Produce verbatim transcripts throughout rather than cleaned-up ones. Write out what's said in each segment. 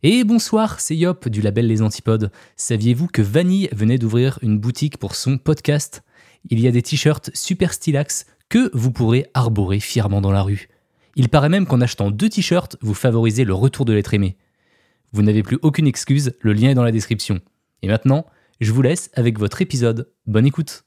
Et bonsoir, c'est Yop du label Les Antipodes. Saviez-vous que Vanille venait d'ouvrir une boutique pour son podcast ? Il y a des t-shirts super stylax que vous pourrez arborer fièrement dans la rue. Il paraît même qu'en achetant deux t-shirts, vous favorisez le retour de l'être aimé. Vous n'avez plus aucune excuse, le lien est dans la description. Et maintenant, je vous laisse avec votre épisode. Bonne écoute.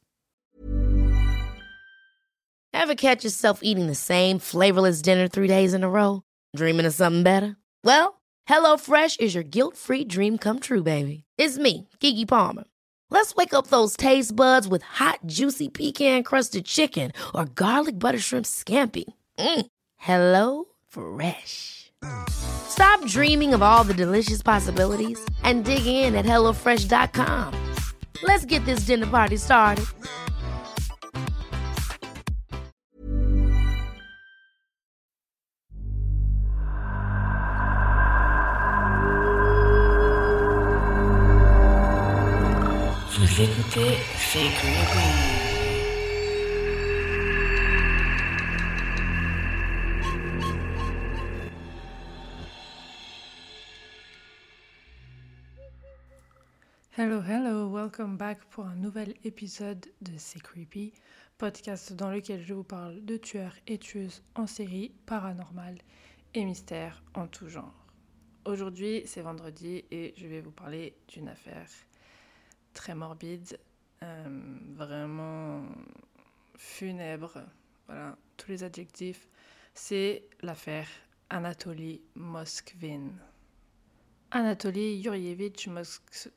Ever catch yourself eating the same flavorless dinner three days in a row? Dreaming of something better? Well, HelloFresh is your guilt-free dream come true, baby. It's me, Keke Palmer. Let's wake up those taste buds with hot, juicy pecan-crusted chicken or garlic butter shrimp scampi. Mm. Hello Fresh. Stop dreaming of all the delicious possibilities and dig in at hello fresh dot com. Let's get this dinner party started. Vous écoutez C'est Creepy. Hello, hello, welcome back pour un nouvel épisode de C'est Creepy, podcast dans lequel je vous parle de tueurs et tueuses en série, paranormal et mystères en tout genre. Aujourd'hui, c'est vendredi et je vais vous parler d'une affaire très morbide, euh, vraiment funèbre, voilà, tous les adjectifs. C'est l'affaire Anatoly Moskvin. Anatoly Yurievitch Moskvin.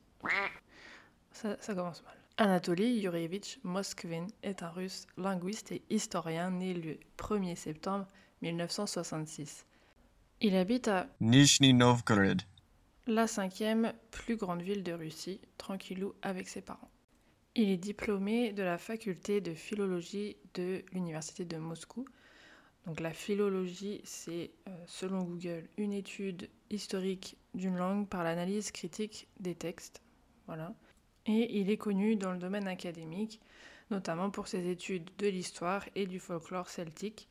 Ça, ça commence mal. Anatoly Yurievitch Moskvin est un Russe linguiste et historien né le premier septembre mille neuf cent soixante-six. Il habite à Nizhny Novgorod, la cinquième plus grande ville de Russie, tranquillou avec ses parents. Il est diplômé de la faculté de philologie de l'université de Moscou. Donc la philologie, c'est, euh, selon Google, une étude historique d'une langue par l'analyse critique des textes. Voilà. Et il est connu dans le domaine académique, notamment pour ses études de l'histoire et du folklore celtique.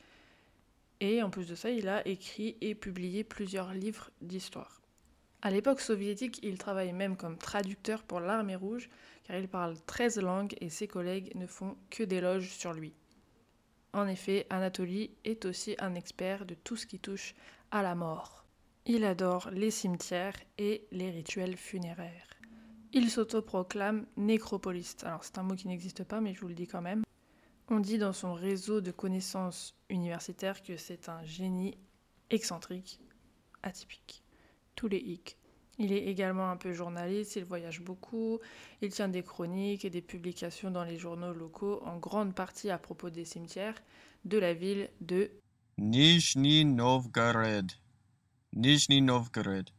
Et en plus de ça, il a écrit et publié plusieurs livres d'histoire. À l'époque soviétique, il travaille même comme traducteur pour l'Armée rouge, car il parle treize langues et ses collègues ne font que d'éloges sur lui. En effet, Anatoly est aussi un expert de tout ce qui touche à la mort. Il adore les cimetières et les rituels funéraires. Il s'autoproclame nécropoliste. Alors c'est un mot qui n'existe pas, mais je vous le dis quand même. On dit dans son réseau de connaissances universitaires que c'est un génie excentrique, atypique. Tous les hicks. Il est également un peu journaliste, il voyage beaucoup, il tient des chroniques et des publications dans les journaux locaux, en grande partie à propos des cimetières de la ville de Nizhny Novgorod, Nizhny Novgorod.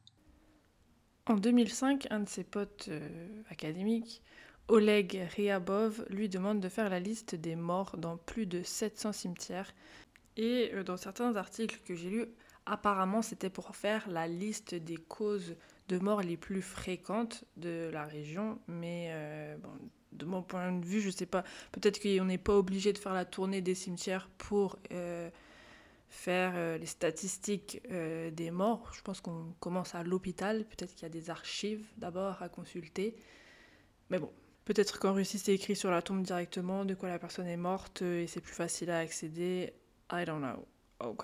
En deux mille cinq, un de ses potes euh, académiques, Oleg Ryabov, lui demande de faire la liste des morts dans plus de sept cents cimetières. Et euh, dans certains articles que j'ai lus, apparemment c'était pour faire la liste des causes de mort les plus fréquentes de la région. Mais euh, bon, de mon point de vue, je sais pas, peut-être qu'on n'est pas obligé de faire la tournée des cimetières pour Euh, faire euh, les statistiques euh, des morts. Je pense qu'on commence à l'hôpital, peut-être qu'il y a des archives d'abord à consulter. Mais bon, peut-être qu'en Russie c'est écrit sur la tombe directement de quoi la personne est morte et c'est plus facile à accéder. I don't know. Ok.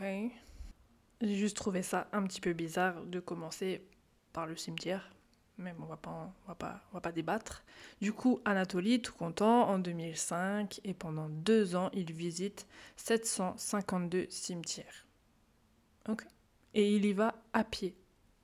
J'ai juste trouvé ça un petit peu bizarre de commencer par le cimetière. Mais bon, on va pas, on va pas, on va pas débattre. Du coup, Anatoly, tout content, en deux mille cinq, et pendant deux ans, il visite sept cent cinquante-deux cimetières. Ok. Et il y va à pied.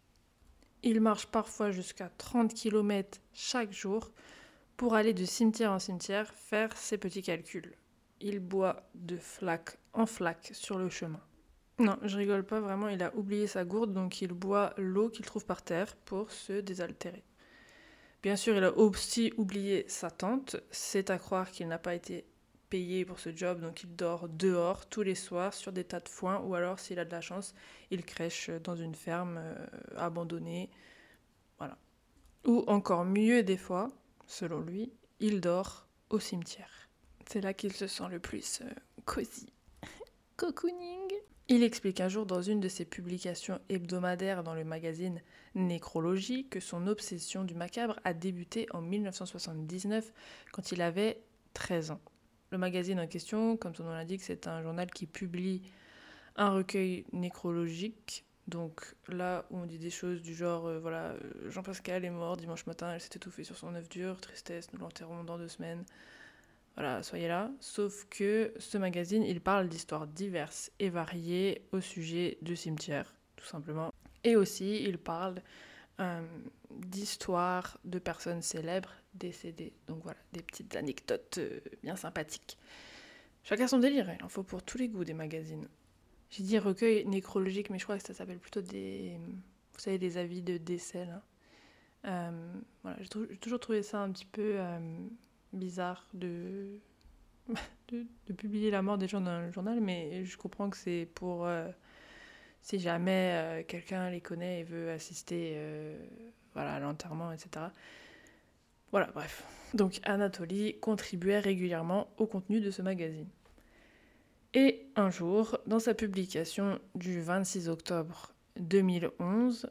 Il marche parfois jusqu'à trente kilomètres chaque jour pour aller de cimetière en cimetière faire ses petits calculs. Il boit de flaque en flaque sur le chemin. Non, je rigole pas, vraiment, il a oublié sa gourde, donc il boit l'eau qu'il trouve par terre pour se désaltérer. Bien sûr, il a aussi oublié sa tente, c'est à croire qu'il n'a pas été payé pour ce job, donc il dort dehors tous les soirs sur des tas de foin, ou alors, s'il a de la chance, il crèche dans une ferme euh, abandonnée, voilà. Ou encore mieux des fois, selon lui, il dort au cimetière. C'est là qu'il se sent le plus euh, cosy. Cocooning. Il explique un jour dans une de ses publications hebdomadaires dans le magazine Nécrologie que son obsession du macabre a débuté en dix-neuf cent soixante-dix-neuf quand il avait treize ans. Le magazine en question, comme son nom l'indique, c'est un journal qui publie un recueil nécrologique. Donc là où on dit des choses du genre, euh, voilà, euh, Jean-Pascal est mort dimanche matin, elle s'est étouffée sur son œuf dur, tristesse, nous l'enterrons dans deux semaines. Voilà, soyez là. Sauf que ce magazine, il parle d'histoires diverses et variées au sujet du cimetière, tout simplement. Et aussi, il parle euh, d'histoires de personnes célèbres décédées. Donc voilà, des petites anecdotes euh, bien sympathiques. Chacun son délire, il en faut pour tous les goûts des magazines. J'ai dit recueil nécrologique, mais je crois que ça s'appelle plutôt des... Vous savez, des avis de décès, là. Euh, voilà, j'ai, trou- j'ai toujours trouvé ça un petit peu... Euh, bizarre de... de, de publier la mort des gens dans le journal, mais je comprends que c'est pour euh, si jamais euh, quelqu'un les connaît et veut assister euh, voilà, à l'enterrement, et cetera. Voilà, bref. Donc Anatoly contribuait régulièrement au contenu de ce magazine. Et un jour, dans sa publication du vingt-six octobre deux mille onze,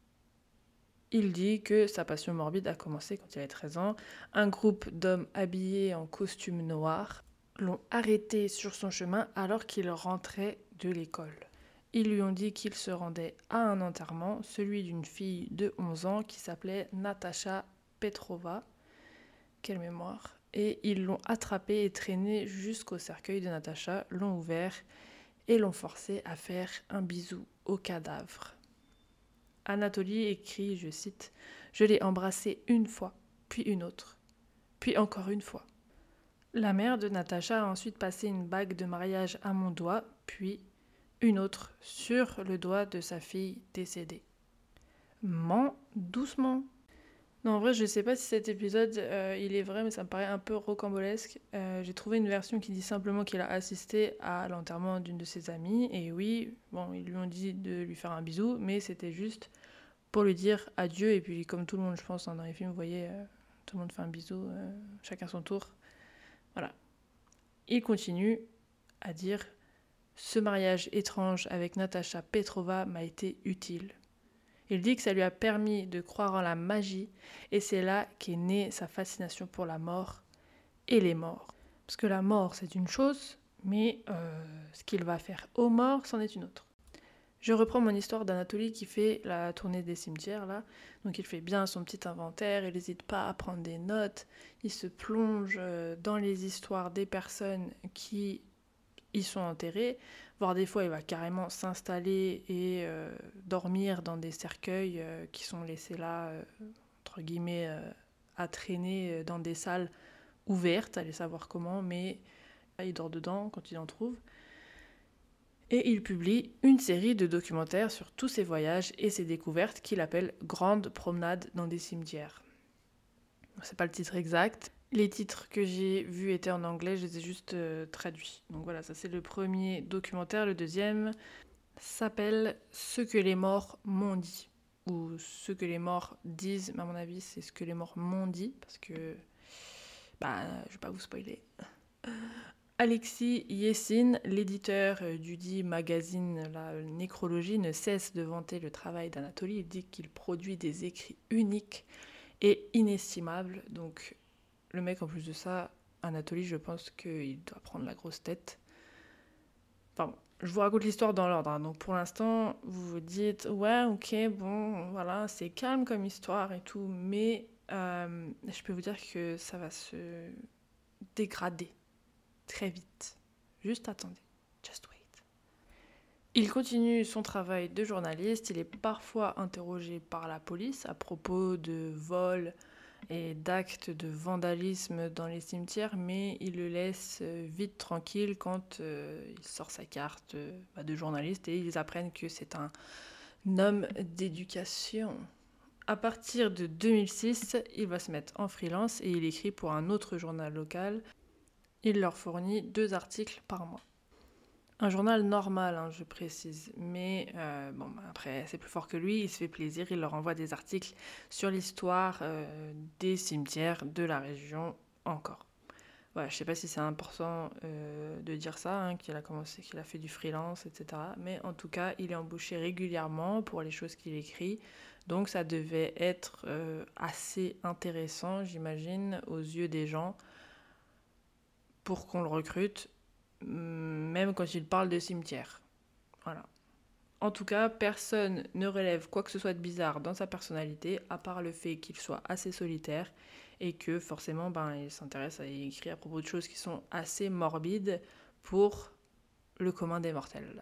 il dit que sa passion morbide a commencé quand il avait treize ans. Un groupe d'hommes habillés en costume noir l'ont arrêté sur son chemin alors qu'il rentrait de l'école. Ils lui ont dit qu'il se rendait à un enterrement, celui d'une fille de onze ans qui s'appelait Natasha Petrova. Quelle mémoire. Et ils l'ont attrapé et traîné jusqu'au cercueil de Natasha, l'ont ouvert et l'ont forcé à faire un bisou au cadavre. Anatoly écrit, je cite, « Je l'ai embrassée une fois, puis une autre, puis encore une fois. La mère de Natasha a ensuite passé une bague de mariage à mon doigt, puis une autre sur le doigt de sa fille décédée. Mens doucement. » Non, en vrai, je sais pas si cet épisode, euh, il est vrai, mais ça me paraît un peu rocambolesque. Euh, j'ai trouvé une version qui dit simplement qu'il a assisté à l'enterrement d'une de ses amies. Et oui, bon, ils lui ont dit de lui faire un bisou, mais c'était juste pour lui dire adieu. Et puis, comme tout le monde, je pense, hein, dans les films, vous voyez, euh, tout le monde fait un bisou, euh, chacun son tour. Voilà. Il continue à dire « Ce mariage étrange avec Natasha Petrova m'a été utile. » Il dit que ça lui a permis de croire en la magie et c'est là qu'est née sa fascination pour la mort et les morts. Parce que la mort, c'est une chose, mais euh, ce qu'il va faire aux morts, c'en est une autre. Je reprends mon histoire d'Anatoly qui fait la tournée des cimetières, là. Donc il fait bien son petit inventaire, il n'hésite pas à prendre des notes, il se plonge dans les histoires des personnes qui y sont enterrées, voire des fois il va carrément s'installer et euh, dormir dans des cercueils euh, qui sont laissés là, euh, entre guillemets, euh, à traîner dans des salles ouvertes, allez savoir comment, mais il dort dedans quand il en trouve. Et il publie une série de documentaires sur tous ses voyages et ses découvertes qu'il appelle « Grande promenade dans des cimetières ». C'est pas le titre exact. Les titres que j'ai vus étaient en anglais, je les ai juste euh, traduits. Donc voilà, ça c'est le premier documentaire. Le deuxième s'appelle « Ce que les morts m'ont dit » ou « Ce que les morts disent », mais à mon avis c'est « Ce que les morts m'ont dit » parce que, bah, je vais pas vous spoiler. Alexis Yessin, l'éditeur du dit magazine La Nécrologie, ne cesse de vanter le travail d'Anatoly. Il dit qu'il produit des écrits uniques et inestimables. Donc le mec, en plus de ça, Anatoly, je pense qu'il doit prendre la grosse tête. Enfin bon, je vous raconte l'histoire dans l'ordre. Hein. Donc pour l'instant, vous vous dites, ouais, ok, bon, voilà, c'est calme comme histoire et tout, mais euh, je peux vous dire que ça va se dégrader très vite. Juste attendez. Just wait. Il continue son travail de journaliste. Il est parfois interrogé par la police à propos de vols et d'actes de vandalisme dans les cimetières, mais il le laisse vite tranquille quand euh, il sort sa carte euh, bah, de journaliste et ils apprennent que c'est un homme d'éducation. À partir de deux mille six, il va se mettre en freelance et il écrit pour un autre journal local. Il leur fournit deux articles par mois. Un journal normal, hein, je précise, mais euh, bon, après, c'est plus fort que lui, il se fait plaisir, il leur envoie des articles sur l'histoire euh, des cimetières de la région encore. Voilà, je sais pas si c'est important euh, de dire ça, hein, qu'il a commencé, qu'il a fait du freelance, et cetera. Mais en tout cas, il est embauché régulièrement pour les choses qu'il écrit. Donc ça devait être euh, assez intéressant, j'imagine, aux yeux des gens pour qu'on le recrute, même quand il parle de cimetière. Voilà. En tout cas, personne ne relève quoi que ce soit de bizarre dans sa personnalité, à part le fait qu'il soit assez solitaire et que forcément, ben, il s'intéresse à écrire à propos de choses qui sont assez morbides pour le commun des mortels.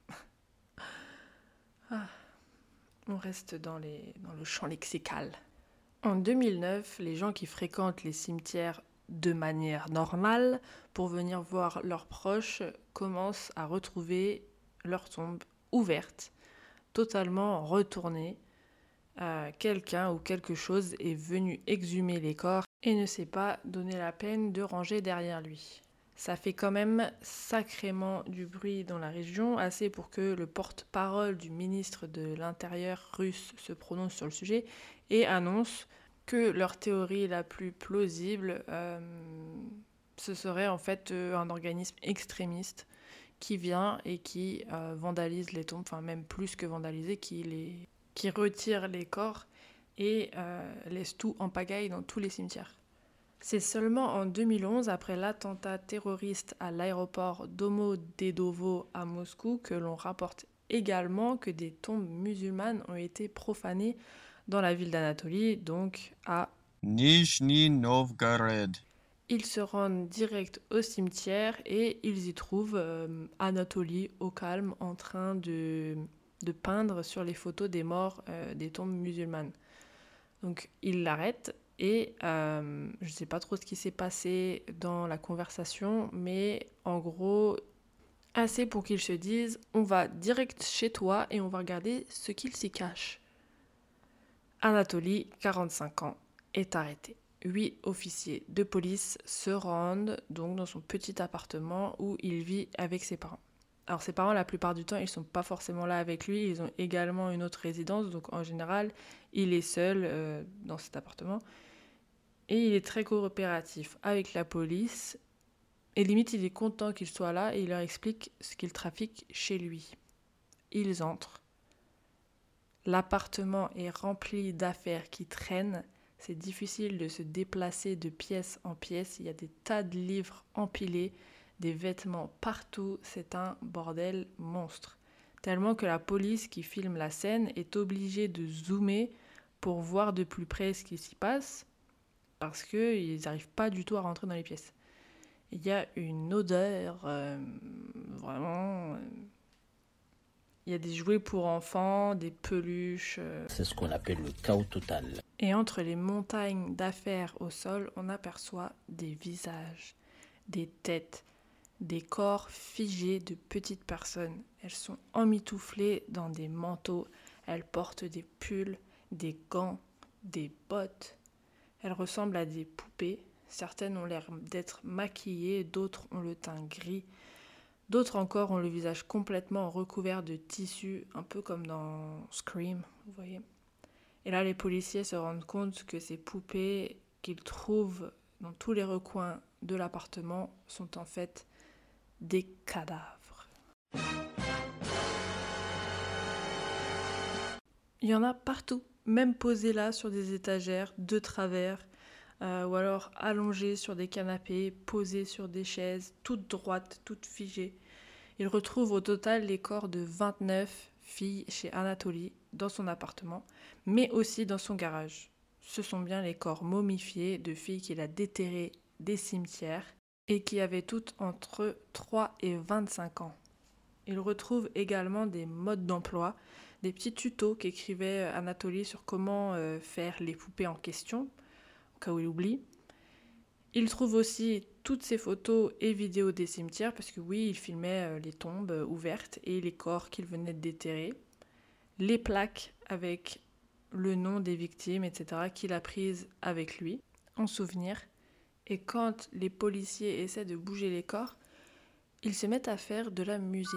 Ah, on reste dans, les, dans le champ lexical. En deux mille neuf, les gens qui fréquentent les cimetières de manière normale pour venir voir leurs proches commencent à retrouver leur tombe ouverte, totalement retournée. Euh, quelqu'un ou quelque chose est venu exhumer les corps et ne s'est pas donné la peine de ranger derrière lui. Ça fait quand même sacrément du bruit dans la région, assez pour que le porte-parole du ministre de l'Intérieur russe se prononce sur le sujet et annonce que leur théorie la plus plausible, euh, ce serait en fait euh, un organisme extrémiste qui vient et qui euh, vandalise les tombes, enfin même plus que vandaliser, qui, les, qui retire les corps et euh, laisse tout en pagaille dans tous les cimetières. C'est seulement en deux mille onze, après l'attentat terroriste à l'aéroport Domodedovo à Moscou, que l'on rapporte également que des tombes musulmanes ont été profanées dans la ville d'Anatolie, donc à Nizhny Novgorod. Ils se rendent direct au cimetière et ils y trouvent euh, Anatolie au calme en train de, de peindre sur les photos des morts euh, des tombes musulmanes. Donc ils l'arrêtent et euh, je ne sais pas trop ce qui s'est passé dans la conversation, mais en gros, assez pour qu'ils se disent on va direct chez toi et on va regarder ce qu'il s'y cache. Anatolie, quarante-cinq ans, est arrêté. Huit officiers de police se rendent donc dans son petit appartement où il vit avec ses parents. Alors ses parents, la plupart du temps, ils ne sont pas forcément là avec lui, ils ont également une autre résidence, donc en général, il est seul euh, dans cet appartement. Et il est très coopératif avec la police, et limite, il est content qu'il soit là, et il leur explique ce qu'il trafique chez lui. Ils entrent. L'appartement est rempli d'affaires qui traînent. C'est difficile de se déplacer de pièce en pièce. Il y a des tas de livres empilés, des vêtements partout. C'est un bordel monstre. Tellement que la police qui filme la scène est obligée de zoomer pour voir de plus près ce qui s'y passe parce qu'ils n'arrivent pas du tout à rentrer dans les pièces. Il y a une odeur euh, vraiment... Euh, Il y a des jouets pour enfants, des peluches. Euh... C'est ce qu'on appelle le chaos total. Et entre les montagnes d'affaires au sol, on aperçoit des visages, des têtes, des corps figés de petites personnes. Elles sont emmitouflées dans des manteaux. Elles portent des pulls, des gants, des bottes. Elles ressemblent à des poupées. Certaines ont l'air d'être maquillées, d'autres ont le teint gris. D'autres encore ont le visage complètement recouvert de tissu, un peu comme dans Scream, vous voyez. Et là, les policiers se rendent compte que ces poupées qu'ils trouvent dans tous les recoins de l'appartement sont en fait des cadavres. Il y en a partout, même posées là sur des étagères, de travers, euh, ou alors allongées sur des canapés, posées sur des chaises, toutes droites, toutes figées. Il retrouve au total les corps de vingt-neuf filles chez Anatolie dans son appartement, mais aussi dans son garage. Ce sont bien les corps momifiés de filles qu'il a déterrées des cimetières et qui avaient toutes entre trois et vingt-cinq ans. Il retrouve également des modes d'emploi, des petits tutos qu'écrivait Anatolie sur comment euh, faire les poupées en question, au cas où il oublie. Il trouve aussi toutes ses photos et vidéos des cimetières, parce que oui, il filmait les tombes ouvertes et les corps qu'il venait de déterrer, les plaques avec le nom des victimes, et cetera, qu'il a prises avec lui, en souvenir. Et quand les policiers essaient de bouger les corps, ils se mettent à faire de la musique.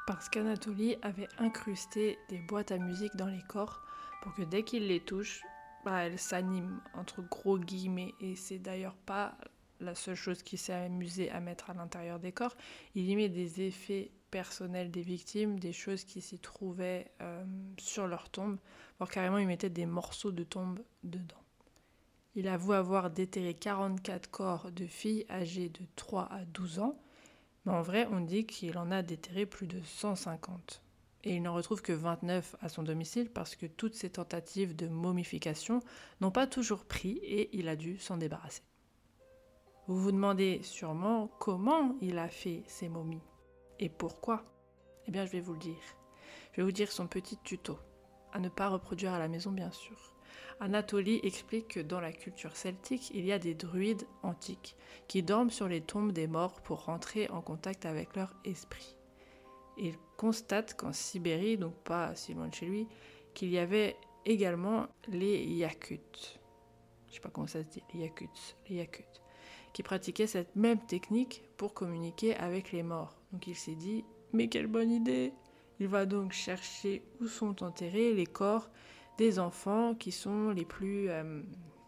Parce qu'Anatoly avait incrusté des boîtes à musique dans les corps pour que dès qu'il les touche, bah, elles s'animent, entre gros guillemets. Et c'est d'ailleurs pas la seule chose qu'il s'est amusé à mettre à l'intérieur des corps. Il y met des effets personnels des victimes, des choses qui s'y trouvaient euh, sur leur tombe, voire carrément il mettait des morceaux de tombe dedans. Il avoue avoir déterré quarante-quatre corps de filles âgées de trois à douze ans, mais en vrai on dit qu'il en a déterré plus de cent cinquante. Et il n'en retrouve que vingt-neuf à son domicile parce que toutes ces tentatives de momification n'ont pas toujours pris et il a dû s'en débarrasser. Vous vous demandez sûrement comment il a fait ces momies et pourquoi ? Eh bien je vais vous le dire. Je vais vous dire son petit tuto, à ne pas reproduire à la maison bien sûr. Anatoly explique que dans la culture celtique, il y a des druides antiques qui dorment sur les tombes des morts pour rentrer en contact avec leur esprit. Il constate qu'en Sibérie, donc pas si loin de chez lui, qu'il y avait également les Yakuts. Je sais pas comment ça se dit, les Yakuts, les Yakuts, qui pratiquaient cette même technique pour communiquer avec les morts. Donc il s'est dit, mais quelle bonne idée! Il va donc chercher où sont enterrés les corps des enfants qui sont les plus euh,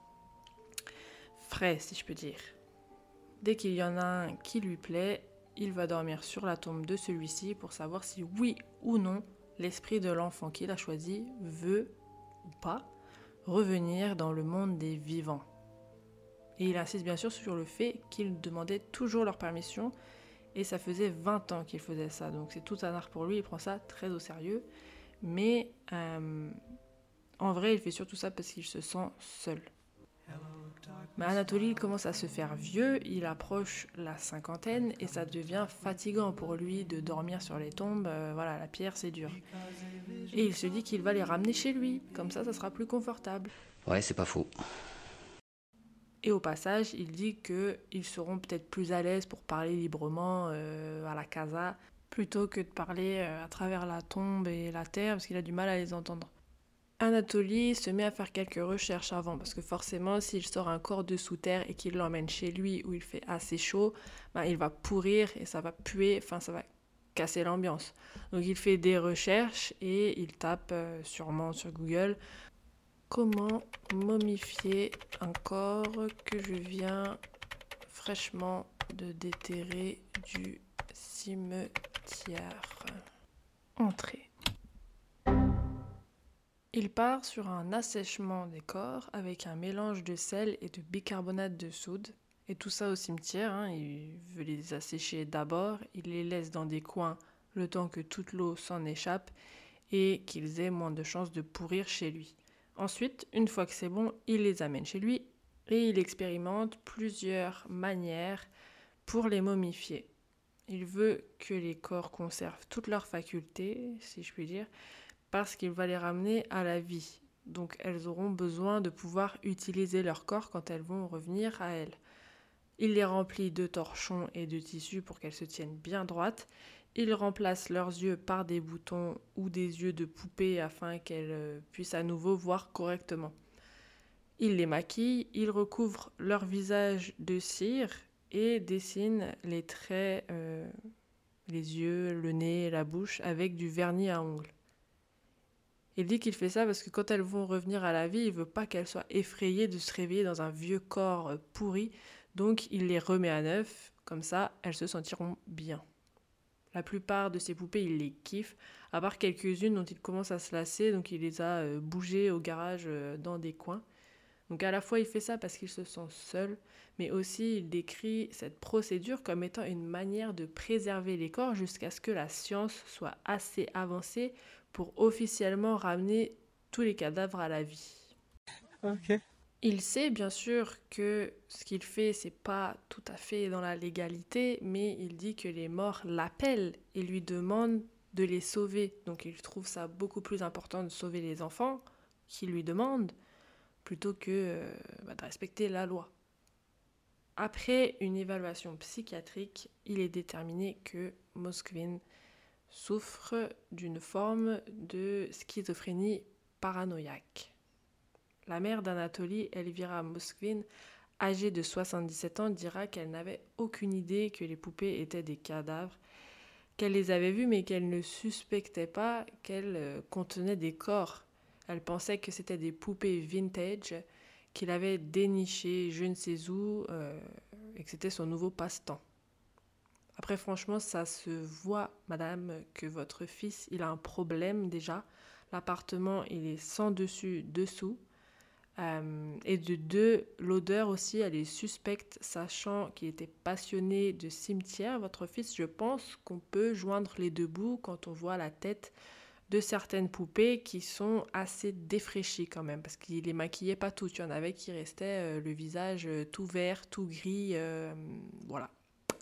frais, si je peux dire. Dès qu'il y en a un qui lui plaît, il va dormir sur la tombe de celui-ci pour savoir si oui ou non l'esprit de l'enfant qu'il a choisi veut ou pas revenir dans le monde des vivants. Et il insiste bien sûr sur le fait qu'il demandait toujours leur permission et ça faisait vingt ans qu'il faisait ça, donc c'est tout un art pour lui, il prend ça très au sérieux, mais euh, en vrai il fait surtout ça parce qu'il se sent seul. Mais Anatoly commence à se faire vieux, il approche la cinquantaine et ça devient fatigant pour lui de dormir sur les tombes, euh, voilà, la pierre c'est dur. Et il se dit qu'il va les ramener chez lui, comme ça ça sera plus confortable. Ouais, c'est pas faux. Et au passage, il dit qu'ils seront peut-être plus à l'aise pour parler librement euh, à la casa, plutôt que de parler euh, à travers la tombe et la terre, parce qu'il a du mal à les entendre. Anatoly se met à faire quelques recherches avant, parce que forcément, s'il sort un corps de sous terre et qu'il l'emmène chez lui où il fait assez chaud, ben, il va pourrir et ça va puer, enfin ça va casser l'ambiance. Donc il fait des recherches et il tape euh, sûrement sur Google « Comment momifier un corps que je viens fraîchement de déterrer du cimetière ?» Entrée. Il part sur un assèchement des corps avec un mélange de sel et de bicarbonate de soude. Et tout ça au cimetière, hein, il veut les assécher d'abord, il les laisse dans des coins le temps que toute l'eau s'en échappe et qu'ils aient moins de chances de pourrir chez lui. Ensuite, une fois que c'est bon, il les amène chez lui et il expérimente plusieurs manières pour les momifier. Il veut que les corps conservent toutes leurs facultés, si je puis dire, parce qu'il va les ramener à la vie. Donc elles auront besoin de pouvoir utiliser leur corps quand elles vont revenir à elles. Il les remplit de torchons et de tissus pour qu'elles se tiennent bien droites. Il remplace leurs yeux par des boutons ou des yeux de poupée afin qu'elles puissent à nouveau voir correctement. Il les maquille, il recouvre leur visage de cire et dessine les traits, euh, les yeux, le nez, la bouche avec du vernis à ongles. Il dit qu'il fait ça parce que quand elles vont revenir à la vie, il ne veut pas qu'elles soient effrayées de se réveiller dans un vieux corps pourri, donc il les remet à neuf, comme ça elles se sentiront bien. La plupart de ces poupées, il les kiffe, à part quelques-unes dont il commence à se lasser, donc il les a euh, bougées au garage euh, dans des coins. Donc à la fois il fait ça parce qu'il se sent seul, mais aussi il décrit cette procédure comme étant une manière de préserver les corps jusqu'à ce que la science soit assez avancée pour officiellement ramener tous les cadavres à la vie. Ok. Il sait bien sûr que ce qu'il fait, c'est pas tout à fait dans la légalité, mais il dit que les morts l'appellent et lui demandent de les sauver. Donc il trouve ça beaucoup plus important de sauver les enfants qui lui demandent plutôt que euh, bah, de respecter la loi. Après une évaluation psychiatrique, il est déterminé que Moskvin souffre d'une forme de schizophrénie paranoïaque. La mère d'Anatoly, Elvira Moskvin, âgée de soixante-dix-sept ans, dira qu'elle n'avait aucune idée que les poupées étaient des cadavres. qu'elle les avait vus mais qu'elle ne suspectait pas qu'elles euh, contenaient des corps. Elle pensait que c'était des poupées vintage qu'il avait dénichées je ne sais où euh, et que c'était son nouveau passe-temps. Après, franchement, ça se voit, madame, que votre fils, il a un problème déjà. L'appartement, il est sans dessus, dessous. Euh, et de deux, l'odeur aussi, elle est suspecte, sachant qu'il était passionné de cimetière. Votre fils, je pense qu'on peut joindre les deux bouts quand on voit la tête de certaines poupées qui sont assez défraîchies quand même, parce qu'il les maquillait pas toutes. Il y en avait qui restaient euh, le visage euh, tout vert, tout gris, euh, voilà.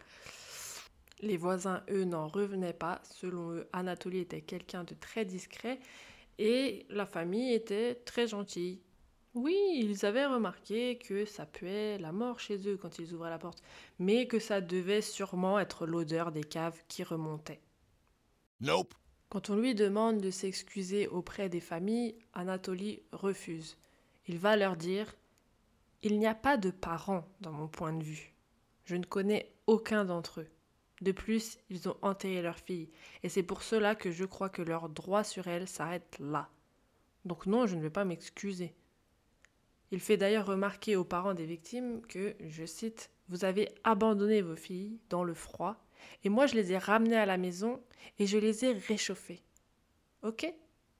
Les voisins, eux, n'en revenaient pas. Selon eux, Anatoly était quelqu'un de très discret et la famille était très gentille. Oui, ils avaient remarqué que ça puait la mort chez eux quand ils ouvraient la porte, mais que ça devait sûrement être l'odeur des caves qui remontait. Nope. Quand on lui demande de s'excuser auprès des familles, Anatoly refuse. Il va leur dire « Il n'y a pas de parents dans mon point de vue. Je ne connais aucun d'entre eux. De plus, ils ont enterré leur fille, et c'est pour cela que je crois que leur droit sur elle s'arrête là. Donc non, je ne vais pas m'excuser. » Il fait d'ailleurs remarquer aux parents des victimes que, je cite, « Vous avez abandonné vos filles dans le froid, et moi je les ai ramenées à la maison et je les ai réchauffées. Ok ?»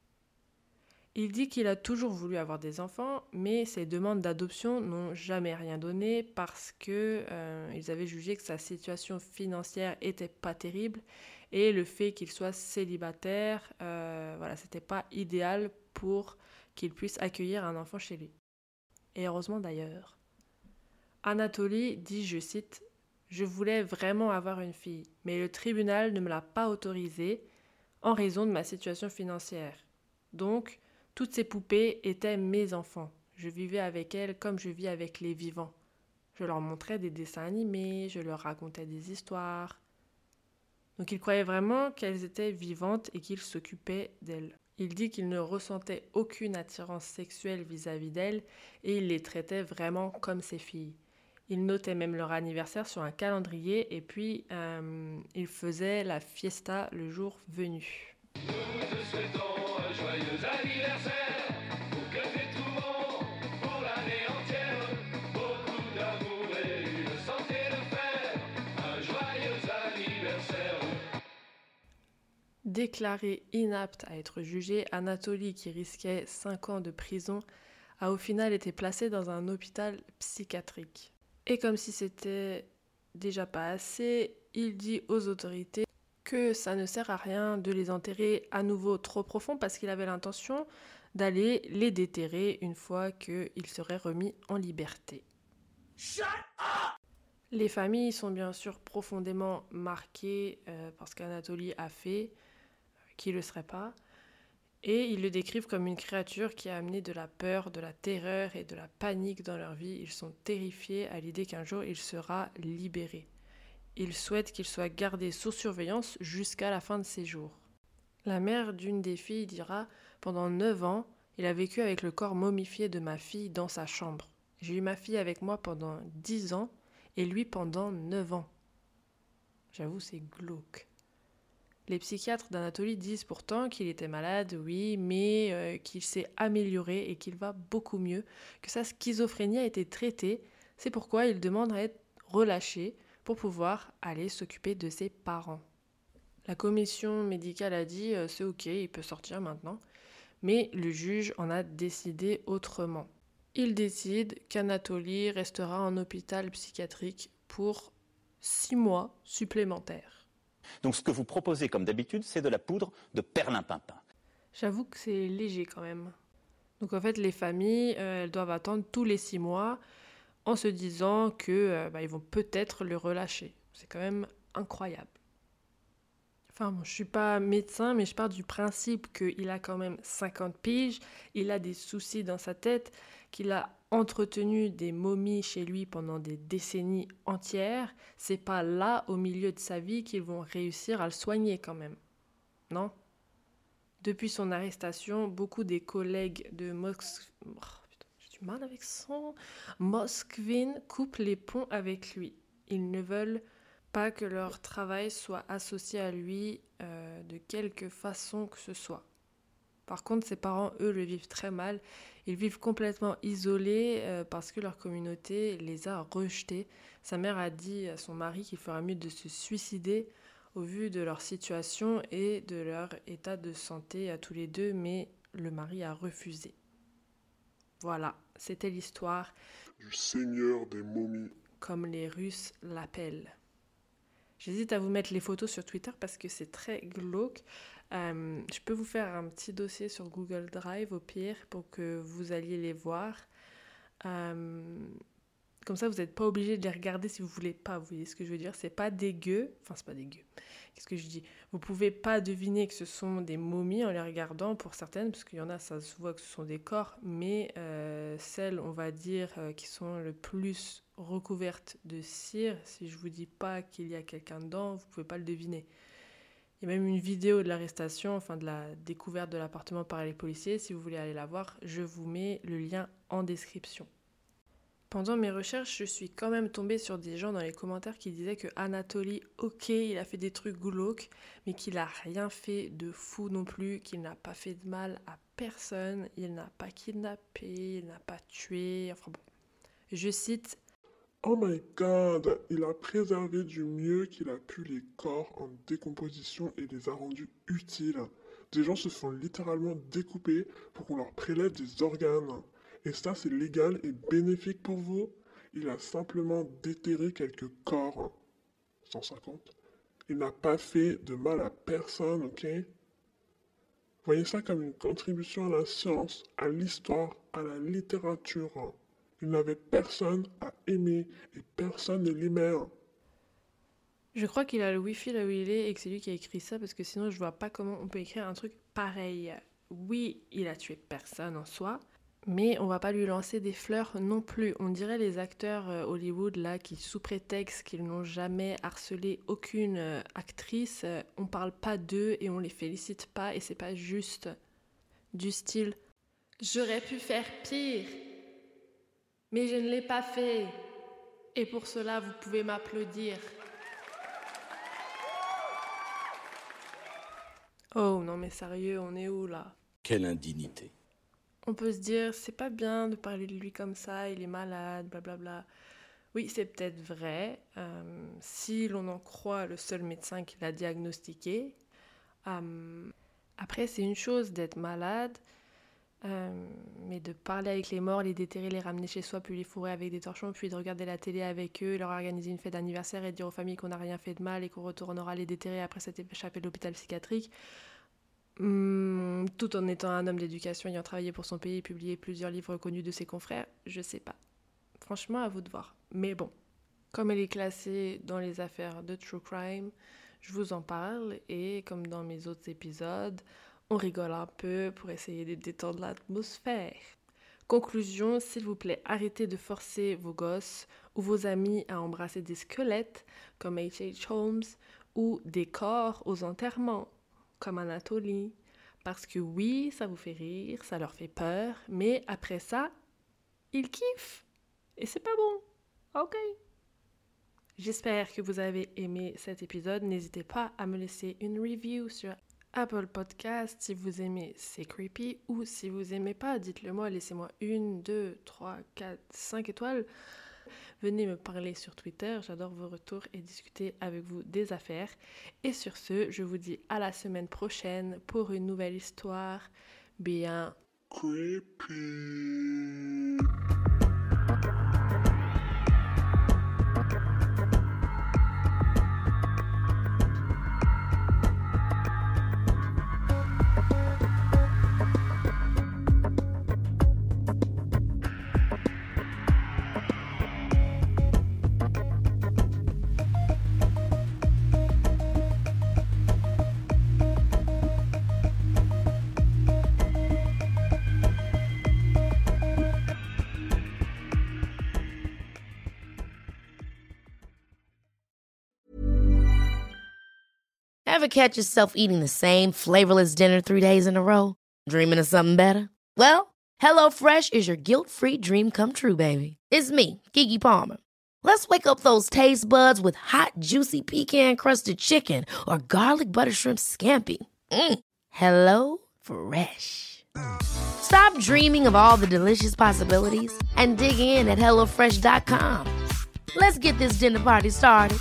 Il dit qu'il a toujours voulu avoir des enfants, mais ses demandes d'adoption n'ont jamais rien donné parce que euh, ils avaient jugé que sa situation financière était pas terrible et le fait qu'il soit célibataire, euh, voilà, c'était pas idéal pour qu'il puisse accueillir un enfant chez lui. Et heureusement d'ailleurs. Anatoly dit, je cite, « Je voulais vraiment avoir une fille, mais le tribunal ne me l'a pas autorisé en raison de ma situation financière. Donc, toutes ces poupées étaient mes enfants. Je vivais avec elles comme je vis avec les vivants. Je leur montrais des dessins animés, je leur racontais des histoires. » Donc il croyait vraiment qu'elles étaient vivantes et qu'il s'occupait d'elles. Il dit qu'il ne ressentait aucune attirance sexuelle vis-à-vis d'elles et il les traitait vraiment comme ses filles. Il notait même leur anniversaire sur un calendrier et puis euh, il faisait la fiesta le jour venu. Nous te souhaitons un joyeux anniversaire, pour que t'aies tout bon pour l'année entière. Beaucoup d'amour et une santé de fer, un joyeux anniversaire. Déclaré inapte à être jugé, Anatoly, qui risquait cinq ans de prison, a au final été placé dans un hôpital psychiatrique. Et comme si c'était déjà pas assez, il dit aux autorités que ça ne sert à rien de les enterrer à nouveau trop profond parce qu'il avait l'intention d'aller les déterrer une fois qu'ils seraient remis en liberté. Shut up! Les familles sont bien sûr profondément marquées euh, par ce qu'Anatoly a fait, euh, qui ne le serait pas, et ils le décrivent comme une créature qui a amené de la peur, de la terreur et de la panique dans leur vie. Ils sont terrifiés à l'idée qu'un jour il sera libéré. Ils souhaitent qu'il soit gardé sous surveillance jusqu'à la fin de ses jours. La mère d'une des filles dira « Pendant neuf ans, il a vécu avec le corps momifié de ma fille dans sa chambre. J'ai eu ma fille avec moi pendant dix ans et lui pendant neuf ans. » J'avoue, c'est glauque. Les psychiatres d'Anatoly disent pourtant qu'il était malade, oui, mais euh, qu'il s'est amélioré et qu'il va beaucoup mieux, que sa schizophrénie a été traitée. C'est pourquoi il demande à être relâché pour pouvoir aller s'occuper de ses parents. La commission médicale a dit euh, c'est ok, il peut sortir maintenant, mais le juge en a décidé autrement. Il décide qu'Anatoly restera en hôpital psychiatrique pour six mois supplémentaires. Donc ce que vous proposez comme d'habitude, c'est de la poudre de perlimpinpin. J'avoue que c'est léger quand même. Donc en fait, les familles, euh, elles doivent attendre tous les six mois en se disant que euh, bah, ils vont peut-être le relâcher. C'est quand même incroyable. Enfin bon, je suis pas médecin, mais je pars du principe qu'il a quand même cinquante piges, il a des soucis dans sa tête, qu'il a entretenu des momies chez lui pendant des décennies entières. C'est pas là, au milieu de sa vie, qu'ils vont réussir à le soigner quand même. Non ? Depuis son arrestation, beaucoup des collègues de Mosk... Oh, putain, j'ai du mal avec son... Moskvin coupent les ponts avec lui. Ils ne veulent pas que leur travail soit associé à lui euh, de quelque façon que ce soit. Par contre, ses parents, eux, le vivent très mal. Ils vivent complètement isolés euh, parce que leur communauté les a rejetés. Sa mère a dit à son mari qu'il ferait mieux de se suicider au vu de leur situation et de leur état de santé à tous les deux, mais le mari a refusé. Voilà, c'était l'histoire du Seigneur des momies, comme les Russes l'appellent. J'hésite à vous mettre les photos sur Twitter parce que c'est très glauque. Euh, je peux vous faire un petit dossier sur Google Drive au pire pour que vous alliez les voir. Euh, comme ça, vous n'êtes pas obligé de les regarder si vous voulez pas. Vous voyez ce que je veux dire ? C'est pas dégueu. Enfin, c'est pas dégueu. Qu'est-ce que je dis ? Vous pouvez pas deviner que ce sont des momies en les regardant pour certaines, parce qu'il y en a, ça se voit que ce sont des corps, mais euh, celles, on va dire, euh, qui sont le plus recouvertes de cire, si je vous dis pas qu'il y a quelqu'un dedans, vous pouvez pas le deviner. Il y a même une vidéo de l'arrestation, enfin de la découverte de l'appartement par les policiers. Si vous voulez aller la voir, je vous mets le lien en description. Pendant mes recherches, je suis quand même tombée sur des gens dans les commentaires qui disaient que Anatoly, ok, il a fait des trucs glauques, mais qu'il n'a rien fait de fou non plus, qu'il n'a pas fait de mal à personne, il n'a pas kidnappé, il n'a pas tué, enfin bon. Je cite: Oh my god, il a préservé du mieux qu'il a pu les corps en décomposition et les a rendus utiles. Des gens se font littéralement découper pour qu'on leur prélève des organes. Et ça, c'est légal et bénéfique pour vous? Il a simplement déterré quelques corps. cent cinquante. Il n'a pas fait de mal à personne, ok? Voyez ça comme une contribution à la science, à l'histoire, à la littérature. Il n'avait personne à aimer et personne ne l'aimait. Je crois qu'il a le wifi là où il est et que c'est lui qui a écrit ça parce que sinon je vois pas comment on peut écrire un truc pareil. Oui, il a tué personne en soi, mais on va pas lui lancer des fleurs non plus. On dirait les acteurs euh, Hollywood là qui, sous prétexte qu'ils n'ont jamais harcelé aucune euh, actrice, euh, on parle pas d'eux et on les félicite pas et c'est pas juste. Du style « J'aurais pu faire pire, mais je ne l'ai pas fait. Et pour cela, vous pouvez m'applaudir. » Oh non mais sérieux, on est où là ? Quelle indignité. On peut se dire, c'est pas bien de parler de lui comme ça, il est malade, blablabla. Oui, c'est peut-être vrai, euh, si l'on en croit le seul médecin qui l'a diagnostiqué. Euh, après, c'est une chose d'être malade, euh, mais de parler avec les morts, les déterrer, les ramener chez soi, puis les fourrer avec des torchons, puis de regarder la télé avec eux, leur organiser une fête d'anniversaire et de dire aux familles qu'on n'a rien fait de mal et qu'on retournera les déterrer après s'être échappé de l'hôpital psychiatrique. Hum, tout en étant un homme d'éducation ayant travaillé pour son pays et publié plusieurs livres reconnus de ses confrères, je sais pas. Franchement, à vous de voir. Mais bon, comme elle est classée dans les affaires de True Crime, je vous en parle et comme dans mes autres épisodes, on rigole un peu pour essayer de détendre l'atmosphère. Conclusion, s'il vous plaît, arrêtez de forcer vos gosses ou vos amis à embrasser des squelettes comme H H. Holmes ou des corps aux enterrements comme Anatoly, parce que oui, ça vous fait rire, ça leur fait peur, mais après ça, ils kiffent, et c'est pas bon, ok? J'espère que vous avez aimé cet épisode, n'hésitez pas à me laisser une review sur Apple Podcast si vous aimez C'est Creepy, ou si vous aimez pas, dites-le moi, laissez-moi une, deux, trois, quatre, cinq étoiles. Venez me parler sur Twitter, j'adore vos retours et discuter avec vous des affaires. Et sur ce, je vous dis à la semaine prochaine pour une nouvelle histoire bien creepy. Ever catch yourself eating the same flavorless dinner three days in a row? Dreaming of something better? Well, HelloFresh is your guilt-free dream come true, baby. It's me, Keke Palmer. Let's wake up those taste buds with hot, juicy pecan-crusted chicken or garlic butter shrimp scampi. Mm. Hello Fresh. Stop dreaming of all the delicious possibilities and dig in at hello fresh dot com. Let's get this dinner party started.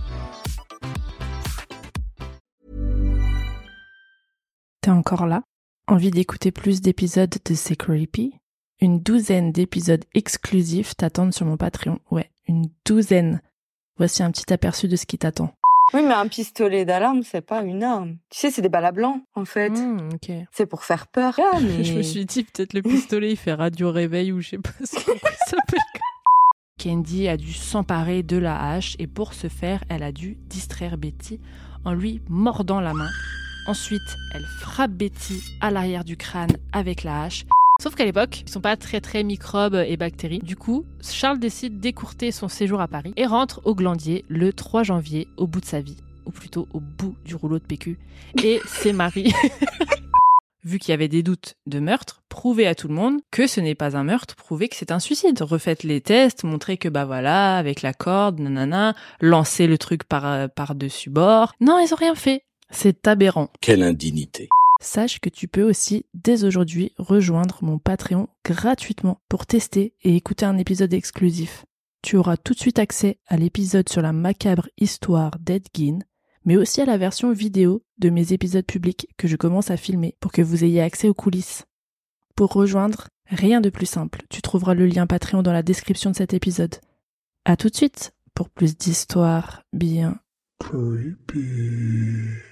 T'es encore là? Envie d'écouter plus d'épisodes de C'est Creepy? Une douzaine d'épisodes exclusifs t'attendent sur mon Patreon. Ouais, une douzaine. Voici un petit aperçu de ce qui t'attend. Oui, mais un pistolet d'alarme, c'est pas une arme. Tu sais, c'est des balles à blanc, en fait. Mmh, ok. C'est pour faire peur. Ah, mais... Je me suis dit, peut-être le pistolet, il fait radio réveil ou je sais pas ce que ça s'appelle. Candy a dû s'emparer de la hache et pour ce faire, elle a dû distraire Betty en lui mordant la main. Ensuite, elle frappe Betty à l'arrière du crâne avec la hache. Sauf qu'à l'époque, ils sont pas très très microbes et bactéries. Du coup, Charles décide d'écourter son séjour à Paris et rentre au Glandier le trois janvier au bout de sa vie. Ou plutôt au bout du rouleau de P Q. Et c'est Marie... Vu qu'il y avait des doutes de meurtre, prouvez à tout le monde que ce n'est pas un meurtre, prouvez que c'est un suicide. Refaites les tests, montrez que bah voilà, avec la corde, nanana, lancez le truc par, par-dessus bord. Non, ils ont rien fait. C'est aberrant. Quelle indignité. Sache que tu peux aussi, dès aujourd'hui, rejoindre mon Patreon gratuitement pour tester et écouter un épisode exclusif. Tu auras tout de suite accès à l'épisode sur la macabre histoire d'Ed Gein, mais aussi à la version vidéo de mes épisodes publics que je commence à filmer pour que vous ayez accès aux coulisses. Pour rejoindre, rien de plus simple. Tu trouveras le lien Patreon dans la description de cet épisode. À tout de suite pour plus d'histoires bien Creepy.